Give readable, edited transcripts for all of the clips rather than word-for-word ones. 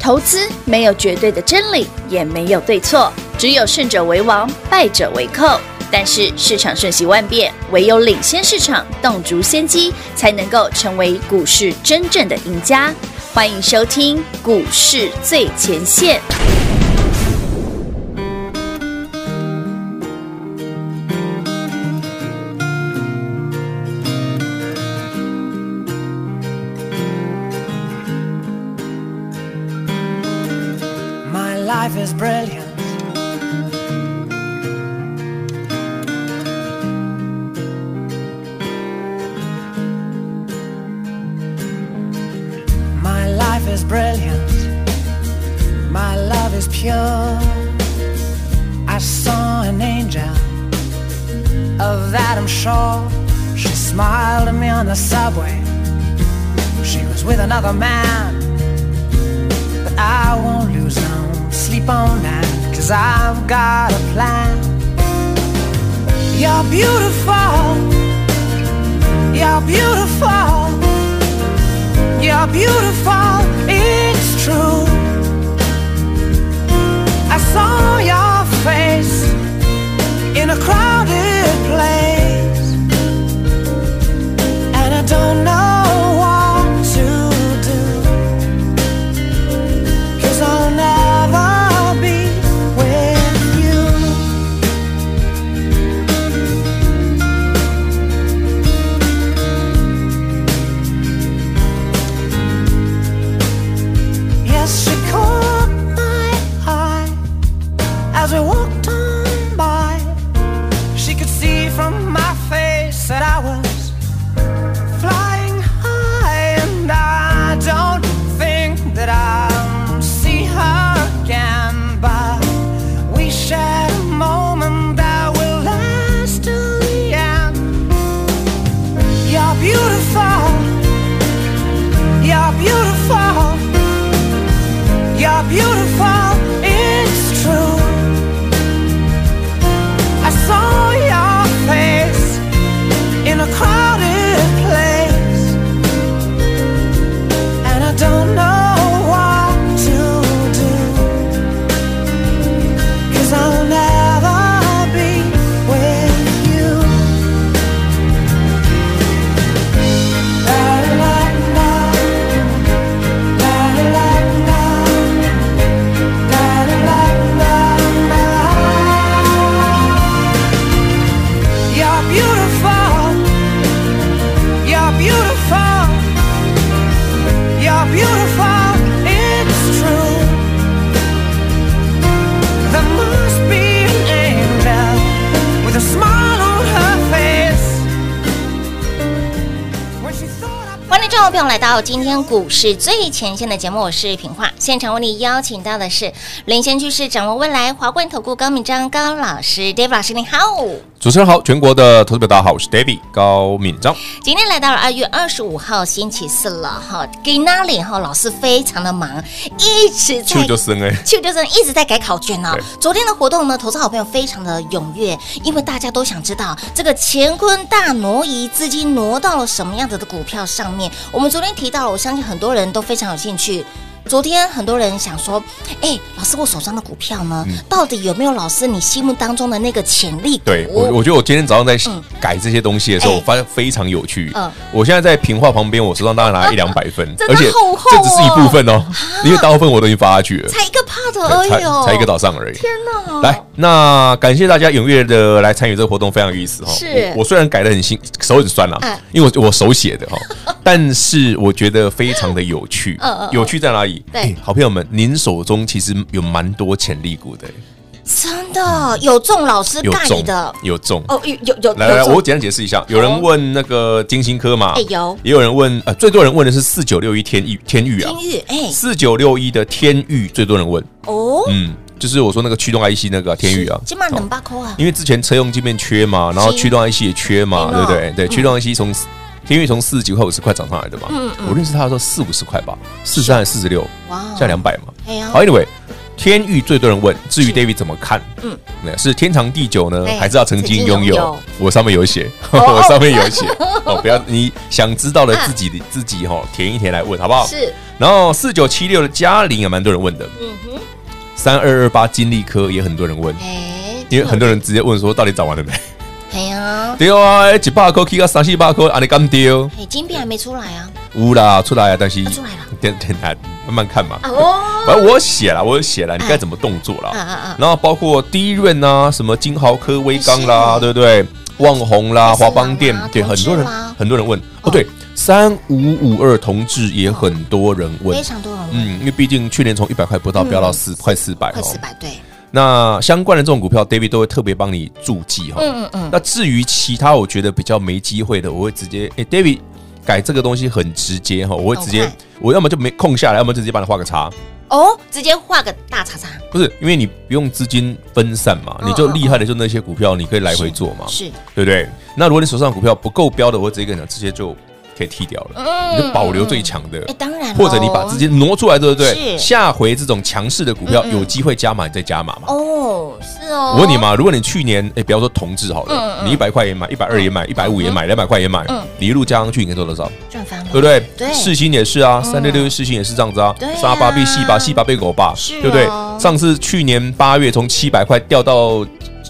投资没有绝对的真理，也没有对错，只有胜者为王，败者为寇。但是市场瞬息万变，唯有领先市场，洞烛先机，才能够成为股市真正的赢家。欢迎收听股市最前线。 Life is brilliant. My life is brilliant. My love is pure. I saw an angel, of that I'm sure. She smiled at me on the subway. She was with another man, but I won't lose no sleep on that, 'cause I've got a plan. You're beautiful. You're beautiful. You're beautiful. It's true. I saw your face in a crowded place, and I don't know what to do, 'cause I'll never as we walked on by. She could see from my face that I was flying high, and I don't think that I'll see her again, but we shared a moment that will last till the end. You're beautiful. You're beautiful. You're beautiful. It's true. I saw your face in a crowded place, and I don't know what to do, 'cause I'll never be with you. La la la, la la la, la la la la. You're beautiful. You're beautiful. You're beautiful. It's true. There must be an angel with a smile on her face when she thought I... 欢迎众朋友来到今天股市最前线的节目，我是品化。现场为你邀请到的是领先趋势、掌握未来华冠投顾高敏章高老师 ，David 老师，你好。 主持人好，全国的投资者大家好，我是 David 高敏章。 今天来到了2月25号星期四了哈，给那里哈，老师非常的忙，一直在一直在改考卷呢。昨天的活动呢，投资好朋友非常的踊跃，因为大家都想知道这个乾坤大挪移，资金挪到了什么样子的股票上面。我们昨天提到了，我相信很多人都非常有兴趣。昨天很多人想说，老师，我手上的股票呢，到底有没有老师你心目当中的那个潜力股？ 对，我觉得我今天早上在改这些东西的时候，我发现非常有趣。我现在在平话旁边，我手上大概拿100-200份，而且这只是一部分哦，因为大部分我都已经发下去了， 才一个 part 而已哦， 才一个早上而已。 天哪！ 来，那感谢大家踊跃的来参与这个活动，非常有意思哈。 是， 我虽然改得很辛，手很酸啦，因为我手写的哈，但是我觉得非常的有趣。有趣在哪里？对，好朋友们，您手中其实有蛮多潜力股的。 真的有中老师盖的， 有中哦，有来，我简单解释一下。有人问那个金星科嘛，也有人问，最多人问的是4961天钰啊，4961的天钰最多人问哦，就是我说那个驱动 IC 那个天钰啊， 今晚200块啊， 因为之前车用晶片缺嘛，然后驱动 IC 也缺嘛，对不对？对，驱动 IC 天钰从40几块50块涨上来的嘛，我认识他的时候40-50块吧，43还是46，现在200嘛。好 ，Anyway。 天钰最多人问，至于 David 怎么看？是天长地久呢，还是要曾经拥有？我上面有写，我上面有写哦，不要你想知道的自己填一填来问好不好？ 是。 然后4976的嘉玲也蛮多人问的，3228金利科也很多人问，因为很多人直接问说到底涨完了没？对啊，100块起到300-400块，安尼敢丢？ 金币还没出来啊？ 有啦，出来啊，但是出来了， 等慢慢看嘛。反正我有写了，你该怎么动作啦？然后包括第一润啊，什么金豪科、威刚啦，对不对？旺宏啦、华邦电，对，很多人问。哦，对，3552同志也很多人问， 非常多人问。 因为毕竟去年从100块不到飙到快400， 快400，对。 那相关的这种股票 ，David 都会特别帮你注记哈。那至于其他我觉得比较没机会的，我会直接David 改这个东西很直接哈，我会直接，我要么就没空下来，要么就直接帮你画个叉。 哦，直接画个大叉叉。 不是，因为你不用资金分散嘛，你就厉害的就那些股票，你可以来回做嘛， 是， 对不对？那如果你手上的股票不够标的，我直接跟你讲，直接就可以踢掉了，你就保留最强的。 当然， 或者你把资金挪出来，对不对？下回这种强势的股票有机会加码，你再加码嘛。 哦，是哦。 我问你嘛，如果你去年比方说同志好了，你100块也买，120也买，150也买，200块也买，你一路加上去，你可以做多少？ 赚翻了， 对不对？ 对， 世新也是啊，366世新也是这样子啊，38被细拔被狗拔，对不对？上次去年8月从700块掉到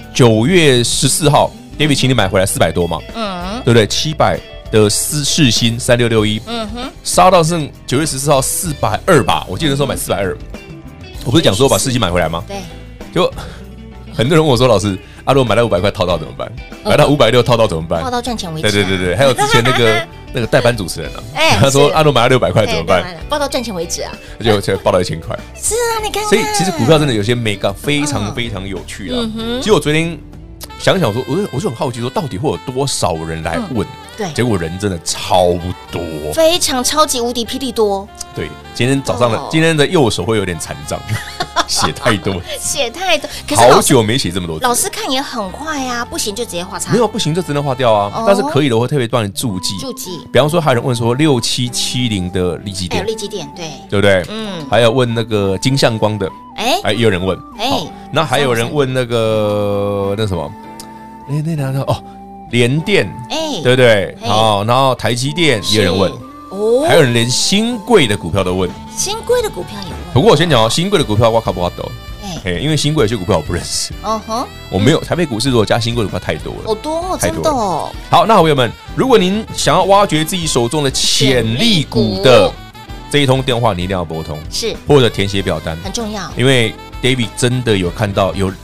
9月14号，David 请你买回来400多嘛，对不对？700的世新3661，杀到剩9月14号420吧，我记得那时候买420，我不是讲说把世新买回来吗？ 对， 就很多人问我说，老师，如果买到500块套到怎么办？买到560套到怎么办？ 套到赚钱为止。 对，还有之前那个代班主持人啊，他说如果买到600块怎么办？ 报到赚钱为止啊， 就报到1000块。 是啊，你看。 所以其实股票真的有些mega非常非常有趣啊。其实我昨天想说，我就很好奇说，到底会有多少人来问？对，结果人真的超多， 非常超级无敌霹雳多。 对，今天的右手会有点残障，写太多，可是好久没写这么多字。 老师看也很快啊，不行就直接画叉。 没有不行就只能划掉啊，但是可以的，我会特别帮你注记。比方说，还有人问说6770的利基电，对不对？还有问那个金相光的，也有人问，那还有人问那什么，那两个联电，对不对？好，然后台积电也有人问，还有人连新贵的股票都问， 新贵的股票也问。 不过我先讲哦，新贵的股票我靠不好抖，因为新贵有些股票我不认识，我没有台北股市如果加新贵的股票太多了， 好多，真的哦。 好，那朋友们，如果您想要挖掘自己手中的潜力股的这一通电话，你一定要拨通，是或者填写表单， 很重要。 因为 David 真的有看到有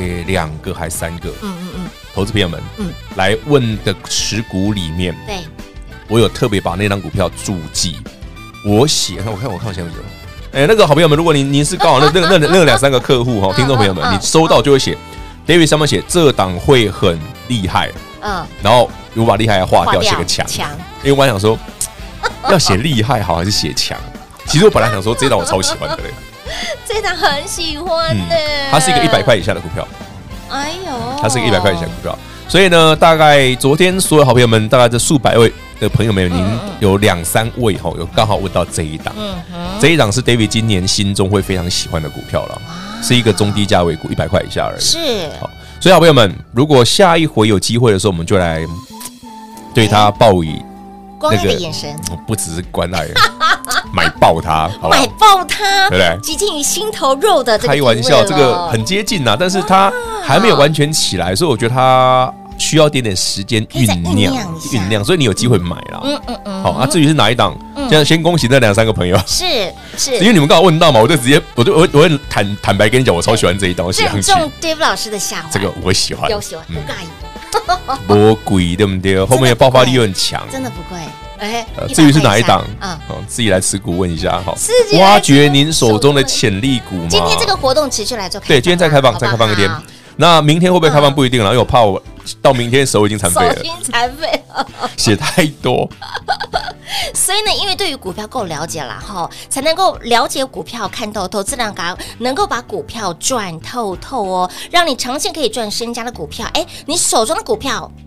2个还3个，投资朋友们，来问的持股里面，对，我有特别把那张股票注记，我写，我看前面有，那个好朋友们，如果您是刚好那2-3个客户哈，听众朋友们，你收到就会写 ，David 上面写这档会很厉害，然后我把厉害划掉，写个强，因为我想说要写厉害好还是写强？其实我本来想说这档我超喜欢的嘞， 这档很喜欢的， 它是一个100块以下的股票。 哎呦， 它是一个100块以下股票，所以呢，大概昨天所有好朋友们，大概这数百位的朋友们，您有2-3位有刚好问到这一档，这一档是 David 今年心中会非常喜欢的股票了，是一个中低价位股，100块以下而已。是，好，所以好朋友们，如果下一回有机会的时候，我们就来对他报以关爱的眼神， 不只是关爱，买爆它， 买爆它， 对不对？ 接近于心头肉的这个， 开玩笑，这个很接近呐，但是它还没有完全起来，所以我觉得它需要点时间酝酿，所以你有机会买了。好，至于是哪一档，这样先恭喜那2-3个朋友，是，因为你们刚好问到嘛，我就直接，我会坦白跟你讲，我超喜欢这一档，我喜欢正中 Dave 老师的下怀， 这个我喜欢， 有喜欢，不介意。 不贵对不对？后面的爆发力又很强， 真的不贵。 至于是哪一档，自己来持股问一下，好，挖掘您手中的潜力股嘛。 今天这个活动持续来做， 对，今天再开放一天。那明天会不会开放不一定了，因为我怕我到明天手已经残废了，写太多。 所以呢，因为对于股票够了解了哈，才能够了解股票看透透，自然能够把股票赚透透哦，让你长线可以赚身家的股票。你手中的股票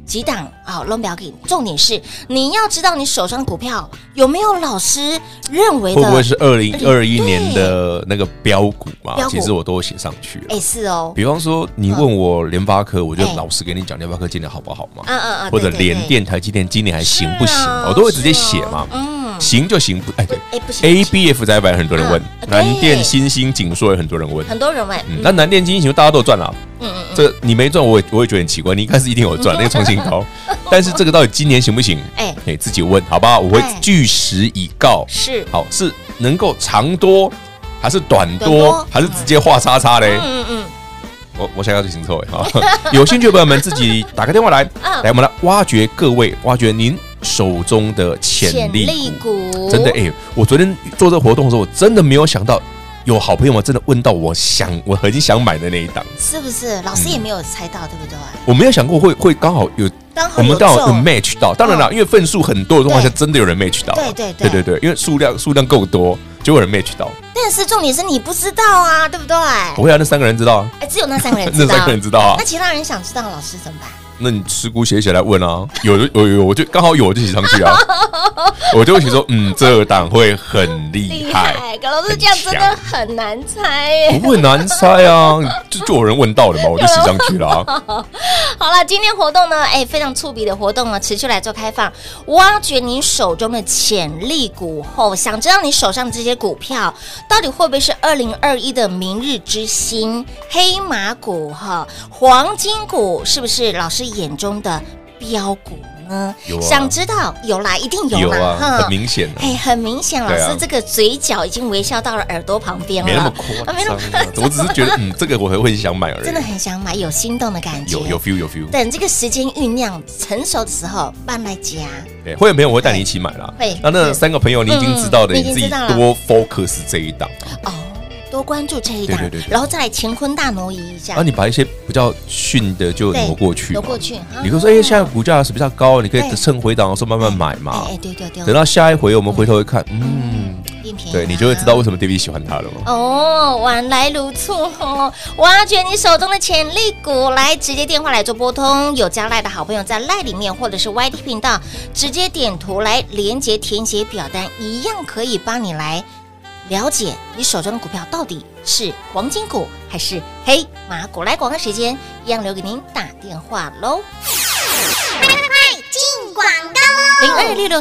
几档龙表给，重点是你要知道你手上的股票有没有老师认为的， 会不会是2021年的那个标股嘛？其实我都写上去了。 是哦。 比方说你问我联发科，我就老实跟你讲，联发科今年好不好嘛？或者联电、台积电今年还行不行？我都会直接写嘛。行就行，不行。ABF 在摆很多人问，南电、新兴、景硕也很多人问，那南电、金星大家都有赚了。这你没赚，我也觉得很奇怪。你一开始一定有赚，那个创新高，但是这个到底今年行不行？自己问好不好？我会据实以告。 是好，是能够长多，还是短多，还是直接画叉叉嘞？我想要去行错有兴趣的朋友们自己打个电话来，我们来挖掘您手中的潜力股。真的我昨天做这个活动的时候，我真的没有想到。有好朋友们真的问到我很想买的那一档， 是不是？老师也没有猜到，对不对？ 我没有想过会刚好有，我们刚好有 match 到。当然了，因为份数很多的状况下，真的有人 match 到。对，因为数量够多，就有人 match 到。 但是重点是你不知道啊，对不对？ 不会啊，那3个人知道啊。 只有那3个人知道。 那3个人知道啊。 那其他人想知道，老师怎么办？ 那你持股写起来问啊，有，我就刚好有，我就写上去啊。我就会写说，这档会很厉害。 老师这样真的很难猜耶。 不会难猜啊，就有人问到了嘛，我就写上去了啊。 好了，今天活动呢，非常促比的活动呢，持续来做开放，挖掘你手中的潜力股后，想知道你手上的这些股票到底会不会是2021的明日之星、黑马股黄金股，是不是老师眼中的标股呢？想知道有啦，一定有啦， 很明显的， 很明显，老师这个嘴角已经微笑到了耳朵旁边了， 没那么夸张，我只是觉得，这个我还会想买而已， 真的很想买，有心动的感觉， 有 feel。等这个时间酝酿成熟的时候，搬来家。 会员朋友我会带你一起买啦。那3个朋友你已经知道的，你自己多 focus 这一档多关注这一档，然后再来乾坤大挪移一下。 你把一些比较逊的就挪过去。你可以说，现在股价是比较高，你可以趁回档的时候慢慢买嘛。 对。 等到下一回我们回头一看，对你就会知道为什么 David 喜欢它了嘛。 晚来如醋挖掘你手中的潜力股，来直接电话来做拨通，有加赖的好朋友在赖里面或者是 YT 频道直接点图来连结填写表单，一样可以帮你来了解你手中的股票到底是黄金股还是黑马股。来，广告时间一样留给您打电话喽。快进广告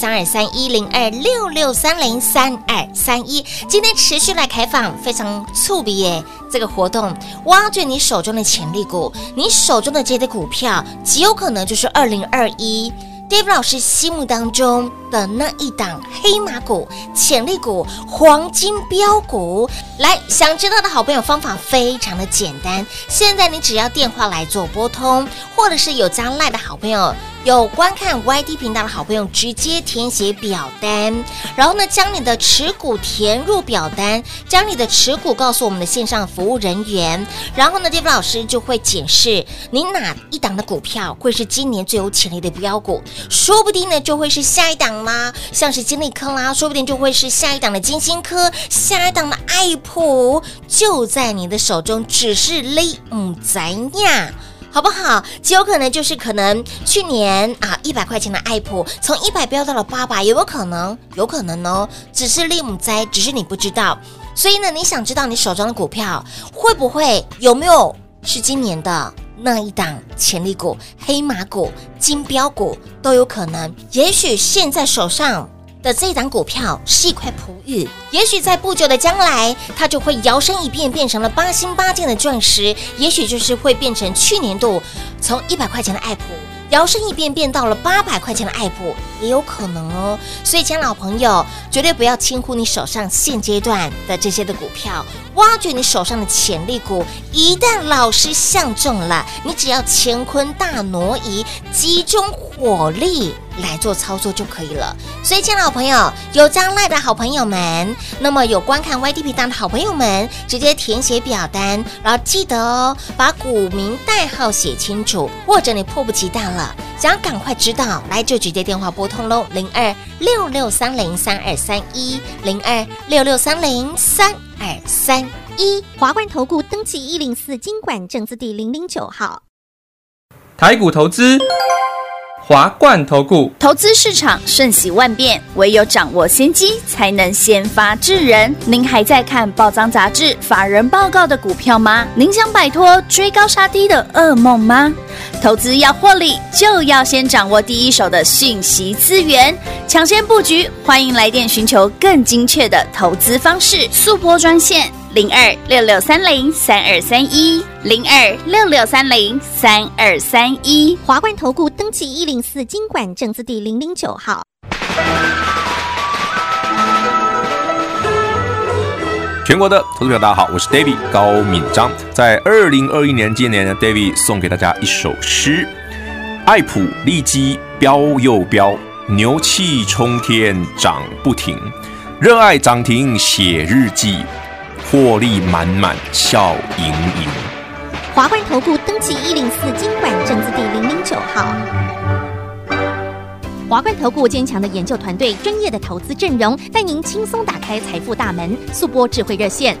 02663032310266303231。今天持续来开放非常促比耶，这个活动挖掘你手中的潜力股，你手中的这些股票极有可能就是2021David 老师心目当中的那一档黑马股、潜力股、黄金标股。来，想知道的好朋友方法非常的简单，现在你只要电话来做拨通，或者是有加赖的好朋友，有观看 YT 频道的好朋友，直接填写表单，然后呢，将你的持股填入表单，将你的持股告诉我们的线上服务人员，然后呢 David 老师就会检视你哪一档的股票会是今年最有潜力的标股，说不定呢就会是下一档啦，像是金利科啦，说不定就会是下一档的金星科，下一档的爱普就在你的手中，只是你不知呀，好不好？极有可能就是去年100块钱的爱普从100飙到了800，有没有可能？有可能哦，只是你不知，只是你不知道。所以呢，你想知道你手中的股票会不会有没有是今年的那一档潜力股、黑马股、金标股都有可能。也许现在手上的这一档股票是一块璞玉，也许在不久的将来，它就会摇身一变变成了8星8件的钻石，也许就是会变成去年度从100块钱的爱普摇身一变变到了800块钱的爱普，也有可能哦。所以，亲爱的老朋友，绝对不要轻忽你手上现阶段的这些的股票，挖掘你手上的潜力股。一旦老师相中了，你只要乾坤大挪移，集中火力来做操作就可以了。所以，亲爱的好朋友，有加赖的好朋友们，那么有观看 YT 频道的好朋友们，直接填写表单，然后记得哦，把股民代号写清楚，或者你迫不及待了，想要赶快知道，来就直接电话拨通喽，0266303231，0266303231。 华冠投顾登记104金管证字第009号。 台股投资，华冠投顾。 投资市场瞬息万变，唯有掌握先机，才能先发制人。您还在看报章杂志、法人报告的股票吗？您想摆脱追高杀低的噩梦吗？投资要获利，就要先掌握第一手的讯息资源，抢先布局。欢迎来电寻求更精确的投资方式，速拨专线02-6630-3231，02-6630-3231。 华冠投顾登记104金管证字第009号。 全国的投资者大家好，我是 David 高敏章。在2021年今年呢 ，David 送给大家一首诗：爱普利基飙又飙，牛气冲天涨不停，热爱涨停写日记，获利满满笑盈盈。 华冠投顾登记104金管证字第009号。华冠投顾坚强的研究团队，专业的投资阵容，带您轻松打开财富大门。速拨智慧热线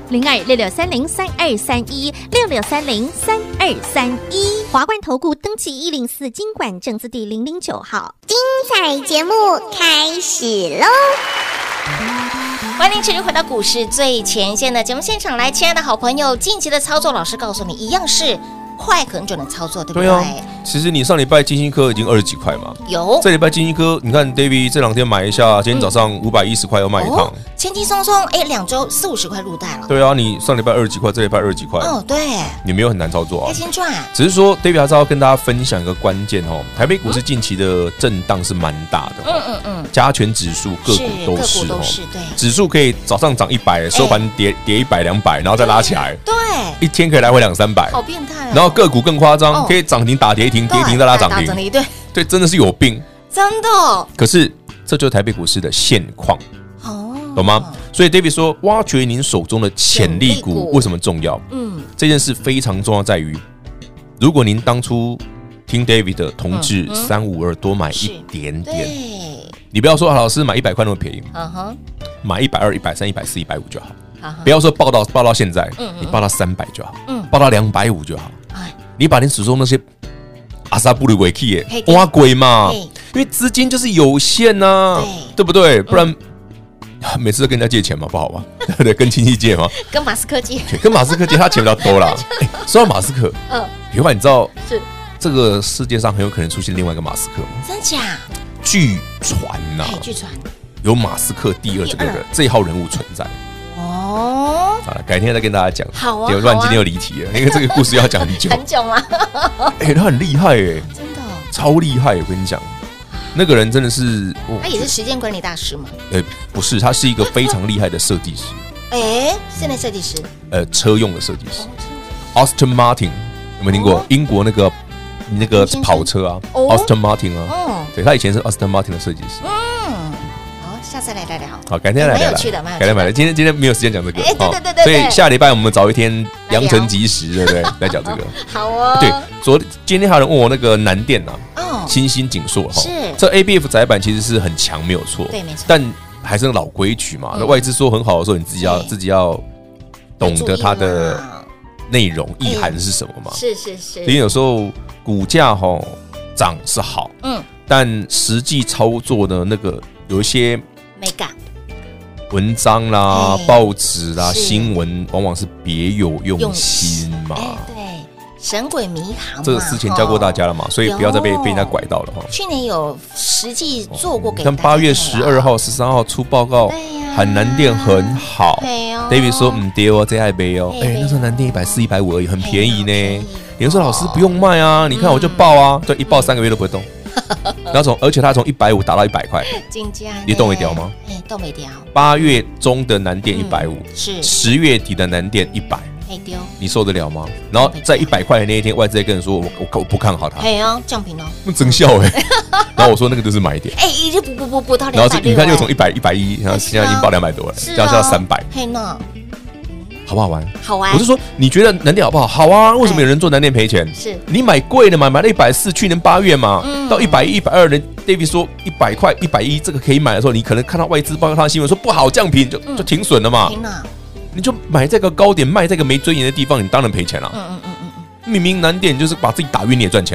02-6630-3231，6630-3231。华冠投顾登记104金管证字第009号。 精彩节目开始喽！ 欢迎持续回到股市最前线的节目现场来，亲爱的好朋友，近期的操作，老师告诉你一样是快很准的操作，对不对？对啊， 其实你上礼拜金星科已经20几块嘛， 有这礼拜金星科，你看 David 这2天买一下，今天早上510块要卖一趟， 轻轻松松，2周40-50块入袋了。 对啊，你上礼拜20几块，这礼拜20几块， 对， 你没有很难操作啊， 开心赚。 只是说 David 还是要跟大家分享一个关键哦，台北股市近期的震荡是蛮大的，加权指数个股都是哦， 对， 指数可以早上涨100，收盘跌100、200，然后再拉起来， 对， 一天可以来回200-300， 好变态。 然后个股更夸张，可以涨停打跌停，跌停再拉涨停，对，真的是有病， 真的。 可是这就是台北股市的现况，懂吗？所以 David 说，挖掘您手中的潜力股为什么重要？这件事非常重要，在于如果您当初听 David 的同志352多买一点点，你不要说老师买100块那么便宜，买120、130、140、150就好。不要说报到现在，你报到300就好，报到250就好。你把你手中那些阿萨布里维 key 挖鬼嘛，因为资金就是有限呐，对不对？不然每次都跟人家借钱嘛，不好吧？对不对？跟亲戚借嘛， 跟马斯克借， 跟马斯克借他钱比较多啦。说到马斯克，有话你知道是这个世界上很有可能出现另外一个马斯克吗？ 真假？ 据传呐， 据传有马斯克第2这一号人物存在。好了，改天再跟大家讲。 好啊， 不然今天又离题了，因为这个故事要讲很久。 很久吗？ 他很厉害真的超厉害。我跟你讲，那个人真的是， 他也是时间管理大师吗？ 不是，他是一个非常厉害的设计师。 室内设计师， 车用的设计师。Aston Martin 有没有听过？英国那个跑车啊，Aston Martin 啊，对，他以前是 Aston Martin 的设计师。 下次来聊。 好，改天来聊。 蛮有趣的， 改天买了。今天没有时间讲这个。 对。 所以下礼拜我们找一天良辰吉时，对不对？来讲这个。 好哦。 对，今天还有人问我那个南电啊，新兴景硕哈，这 ABF 载板其实是很强，没有错。 对，没错。但还是老规矩嘛，那外资说很好的时候，你自己要懂得它的内容意涵是什么嘛。 是。 因为有时候股价涨是好，但实际操作的那个有一些。 美感文章啦、报纸啦、新闻，往往是别有用心嘛。 对，神鬼迷航嘛。 这个事情教过大家了嘛，所以不要再被人家拐到了哈。 去年有实际做过给大家。 但8月12号、13号出报告，喊南电很好。David 说对哦，这爱杯哦。那时候南电140、150而已，很便宜呢。有人说老师不用卖啊，你看我就报啊，对，一报3个月都不会动。然后而且它从150打到100块，你动没掉吗？ 动没掉。 8月中的南电150， 是 10月底的南电100，你受得了吗？然后在100块的那一天，外资在跟人说我不看好它， 降频哦， 那真笑然后我说那个就是买点， 不到200， 然后你看又从100、110，然后现在已经报200多了，这样是要300。好不好玩？ 好玩。 我是说，你觉得南电好不好？好啊。为什么有人做南电赔钱？ 是你买贵的嘛，买了140，去年8月嘛，到110、120，人 David 说100块、110，这个可以买的时候，你可能看到外资报告他的新闻说不好降频，就停损了嘛。 停了， 你就买这个高点，卖这个没尊严的地方，你当然赔钱了。明明南电就是把自己打晕，你也赚钱了，好不好？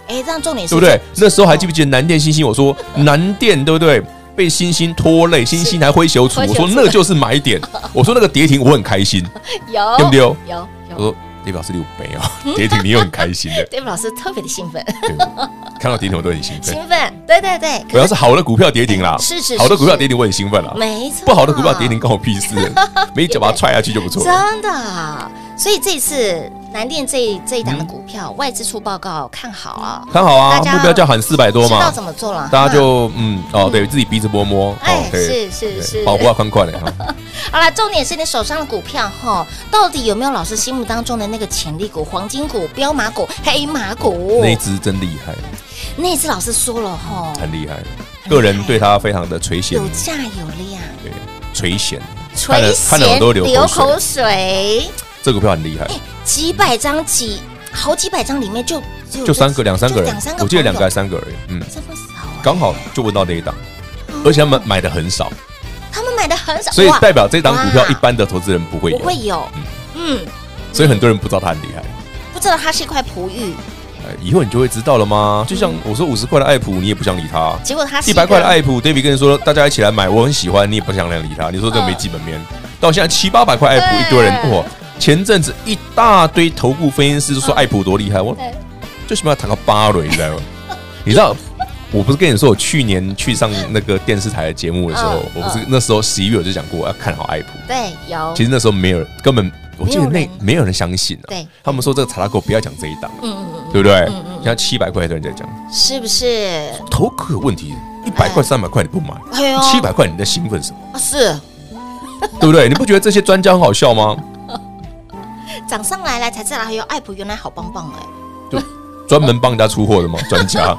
这样重点是对不对？那时候还记不记得南电、欣兴？我说南电对不对？被欣兴拖累，欣兴还挥袖处，我说那就是买点。我说那个跌停我很开心， 有对不对？有。 我说David老师你有没有跌停？你又很开心的。 David老师特别的兴奋， 看到跌停我都很兴奋。 兴奋，对对对。 我要是好的股票跌停啦， 是好的股票跌停我很兴奋啦， 没错。 不好的股票跌停关我屁事，没一脚把它踹下去就不错。 真的，所以这一次南电这一档的股票，外资出报告看好啊， 看好啊，目标价喊400多嘛， 知道怎么做了， 大家就对自己鼻子摸摸， 是， 保护宽宽的哈。 好了，重点是你手上的股票哈，到底有没有老师心目当中的那个潜力股、黄金股、标马股、黑马股？ 那一只真厉害， 那一只老师说了哈， 很厉害，个人对他非常的垂涎， 有价有量， 对，垂涎， 看了我都流口水。 这股票很厉害， 几百张好几百张里面就两三个人，我记得2个还3个而已， 这么少， 刚好就问到那一档，而且他们买的很少。 他们买的很少， 所以代表这档股票一般的投资人不会有， 所以很多人不知道它很厉害， 不知道它是一块璞玉。 以后你就会知道了吗？就像我说50块的爱普，你也不想理它， 结果它 100块的爱普 ，David 跟你说大家一起来买，我很喜欢，你也不想理它，你说这没基本面。到现在700-800块爱普，一堆人哇！前阵子一大堆投顾分析师都说爱普多厉害，我就喜欢谈到8轮，你知道吗？你知道？我不是跟你说，我去年去上那个电视台的节目的时候，我不是那时候11月我就讲过要看好爱普。 对，有。 其实那时候没有，根本我记得没有人相信。 对， 他们说这个查拉狗不要讲这一档，对不对？现在700块的人在讲， 是不是？ 投顾有问题，100块、300块你不买，700块你在兴奋什么？ 是， 对不对？你不觉得这些专家很好笑吗？ 涨上来才知道，还有爱普原来好棒棒哎。 就专门帮人家出货的吗？专家。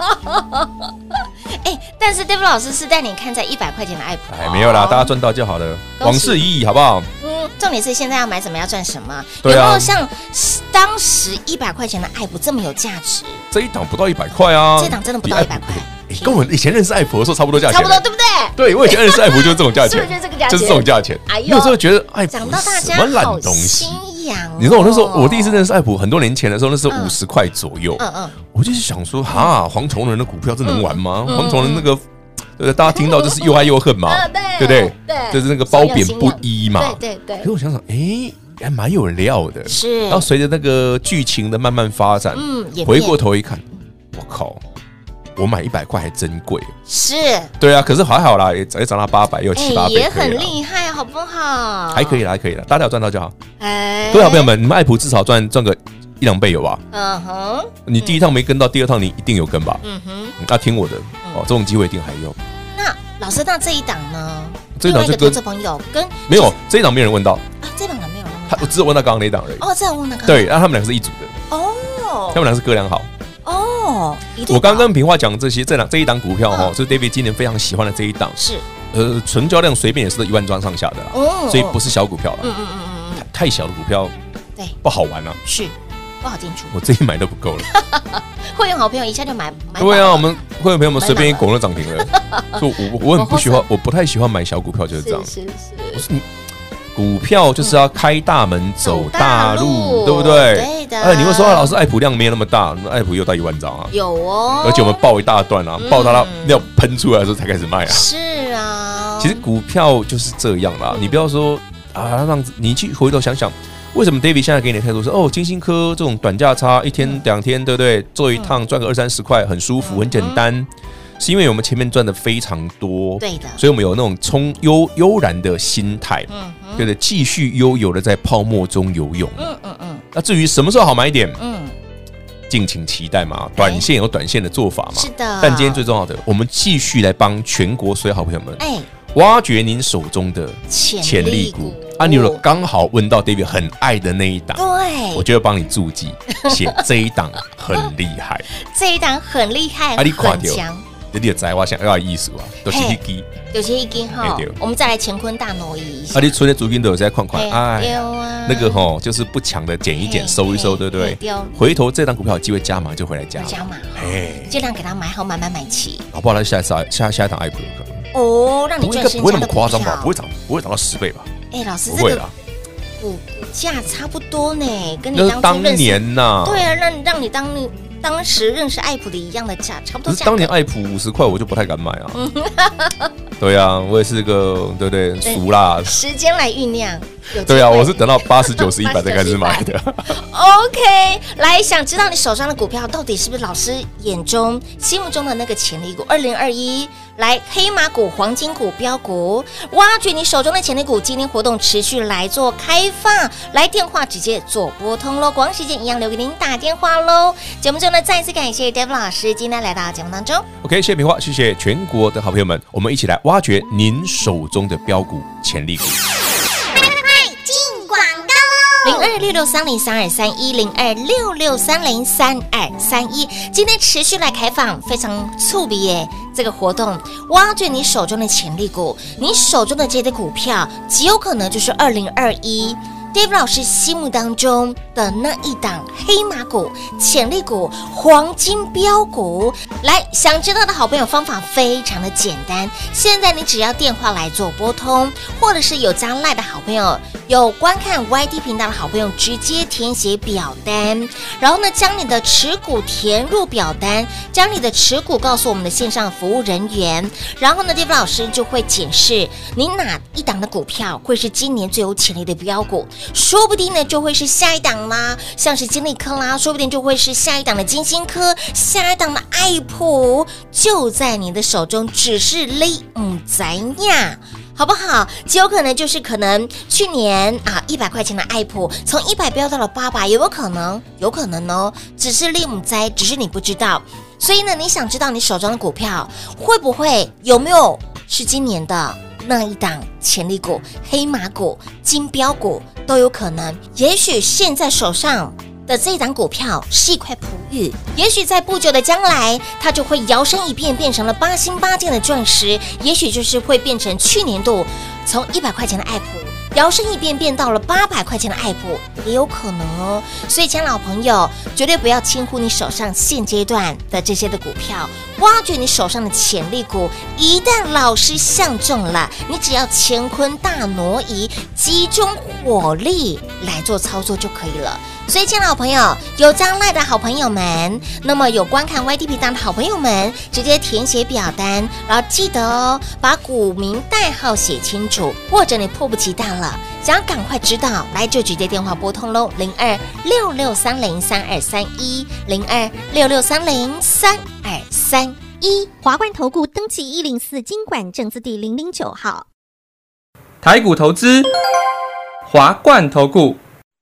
但是 David 老师是带你看在100块钱的爱普， 没有啦，大家赚到就好了，往事已矣，好不好？ 重点是现在要买什么，要赚什么？ 对啊， 有没有像当时100块钱的爱普这么有价值？ 这一档不到100块啊， 这一档真的不到100块。 跟我以前认识爱普的时候差不多价钱， 差不多对不对？ 对，我以前认识爱普就是这种价钱， 是不是这个价钱？ 就是这种价钱。 哎呦， 有时候觉得爱普讲到大家什么烂东西。你知道我那时候，我第一次认识爱普，很多年前的时候，那时候50块左右。我就是想说，黄崇仁的股票这能玩吗？黄崇仁那个，对，大家听到就是又爱又恨嘛，对不对？对，就是那个褒贬不一嘛。 对。 可是我想想，还蛮有料的。 是。 然后随着那个剧情的慢慢发展，回过头一看，我靠！我买100块还真贵， 是， 对啊，可是还好啦，也涨到800，又7-8倍， 也很厉害，好不好？ 还可以啦，大家有赚到就好。各位好朋友们，你们爱普至少赚个1-2倍有吧？你第一趟没跟到，第二趟你一定有跟吧？那听我的哦，这种机会一定还有。 那老师，那这一档呢？ 这一档就跟这朋友跟没有这一档没人问到啊，这一档没有人问到，我只有问到刚刚那一档而已。 这样问到对，然后他们两个是一组的哦，他们两个是哥俩好。我刚跟平话讲这一档股票哈，是 David 今年非常喜欢的这一档， 是成交量随便也是1万张上下的啦，所以不是小股票了，太小的股票对不好玩啊， 是不好进出， 我自己买都不够了， 会员好朋友一下就买， 对啊，我们会员朋友们随便一拱就涨停了，所以我很不喜欢，我不太喜欢买小股票，就是这样，是。股票就是要开大门走大路，对不对？ 对的。 你会说老师爱普量没有那么大，爱普又到1万张啊， 有哦。 而且我们爆一大段啊，爆到它要喷出来的时候才开始卖啊。 是啊。 其实股票就是这样啦，你不要说啊，让你去回头想想，为什么 David 现在给你的态度是金星科这种短价差1天2天，对不对？做一趟赚个20-30块，很舒服，很简单。是因为我们前面赚的非常多， 对的， 所以我们有那种悠然的心态，对的，继续悠游的在泡沫中游泳。那至于什么时候好买点，敬请期待嘛。短线有短线的做法嘛， 是的。 但今天最重要的，我们继续来帮全国所有好朋友们，挖掘您手中的潜力股。你如果刚好问到 David 很爱的那一档， 对， 我就要帮你注记，写这一档很厉害， 这一档很厉害，很强。 你的知我想要的意思啊，都是一支， 就是一支哈。我们再来乾坤大挪移一下。 你存的主金都有在款，那个哈就是不强的减一减，收一收，对不对？回头这档股票有机会加码就回来加码，尽量给他买好，买齐。好不好？来下一档爱普有可能哦，让你赚身家的股票。 不会那么夸张吧？不会涨到10倍吧？ 老师， 不会啦。 股价差不多呢，跟你当年呐， 对啊，让你当当时认识爱普的一样的价，差不多。 可是当年爱普50块，我就不太敢买啊。对啊，我也是个对不对俗辣。 时间来酝酿。 对啊，我是等到80、90、100才开始买的。 OK， 来，想知道你手上的股票到底是不是老师眼中、心目中的那个潜力股？2021，来黑马股、黄金股、标股，挖掘你手中的潜力股。今天活动持续来做开放，来电话直接做拨通喽，广告时间一样留给您打电话喽。节目中呢，再次感谢 David 老师今天来到节目当中。 OK， 谢谢平花，谢谢全国的好朋友们，我们一起来挖掘您手中的标股潜力股。 0266303231，0266303231，今天持续来开放，非常促比耶！这个活动挖掘你手中的潜力股，你手中的这些股票，极有可能就是2021。David 老师心目当中的那一档黑马股、潜力股、黄金标股，来，想知道的好朋友方法非常的简单，现在你只要电话来做拨通，或者是有加 LINE 的好朋友，有观看 YT 频道的好朋友，直接填写表单，然后呢，将你的持股填入表单，将你的持股告诉我们的线上服务人员，然后呢 David 老师就会检视你哪一档的股票会是今年最有潜力的标股。说不定呢就会是下一档啦，像是金利科啦，说不定就会是下一档的金星科，下一档的爱普就在你的手中，只是你不知呀，好不好？极有可能就是可能去年100块钱的爱普从100飙到了800，有没有可能？有可能哦，只是你不知，只是你不知道。所以呢，你想知道你手中的股票会不会有没有是今年的那一档潜力股、黑马股、金标股都有可能。也许现在手上的这一档股票是一块璞玉，也许在不久的将来，它就会摇身一变变成了8星8件的钻石，也许就是会变成去年度从100块钱的爱普摇身一变变到了800块钱的爱普，也有可能哦。所以，亲爱的老朋友，绝对不要轻忽你手上现阶段的这些的股票，挖掘你手上的潜力股。一旦老师相中了，你只要乾坤大挪移，集中火力来做操作就可以了。所以，亲爱的好朋友，有加 LINE的好朋友们，那么有观看 YT 频道的好朋友们，直接填写表单，然后记得哦，把股民代号写清楚，或者你迫不及待了，想要赶快知道，来就直接电话拨通喽，0266303231，0266303231。 华冠投顾登记104金管证字第009号。 台股投资，华冠投顾。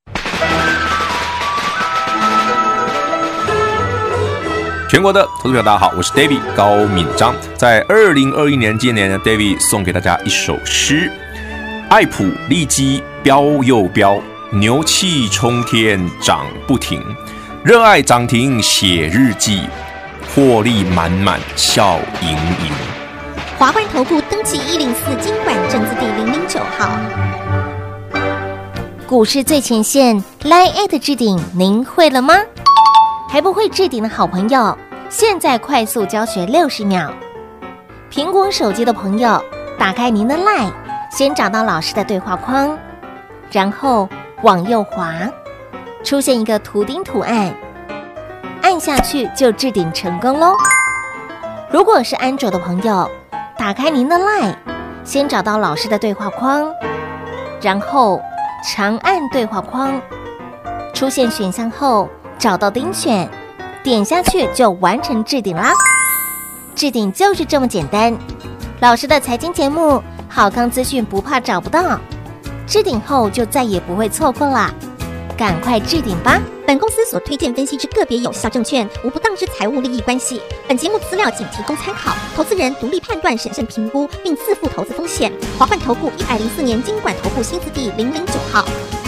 全国的投资朋友大家好，我是 David 高敏章。在2021年今年呢 ，David 送给大家一首诗：爱普利基飙又飙，牛气冲天涨不停，热爱涨停写日记，获利满满笑盈盈。 华冠投顾登记104金管证字第009号。 股市最前线 LINE@ 置顶，您会了吗？还不会置顶的好朋友，现在快速教学60秒。苹果手机的朋友，打开您的 LINE， 先找到老师的对话框，然后往右滑，出现一个图钉图案，按下去就置顶成功咯。如果是安卓的朋友，打开您的 LINE， 先找到老师的对话框，然后长按对话框，出现选项后找到钉选，点下去就完成置顶啦。置顶就是这么简单。老师的财经节目，好康资讯不怕找不到，置顶后就再也不会错过啦，赶快置顶吧。 本公司所推荐分析之个别有效证券，无不当之财务利益关系。本节目资料仅提供参考，投资人独立判断、审慎评估，并自负投资风险。华冠投顾104年金管投顾新字第009号。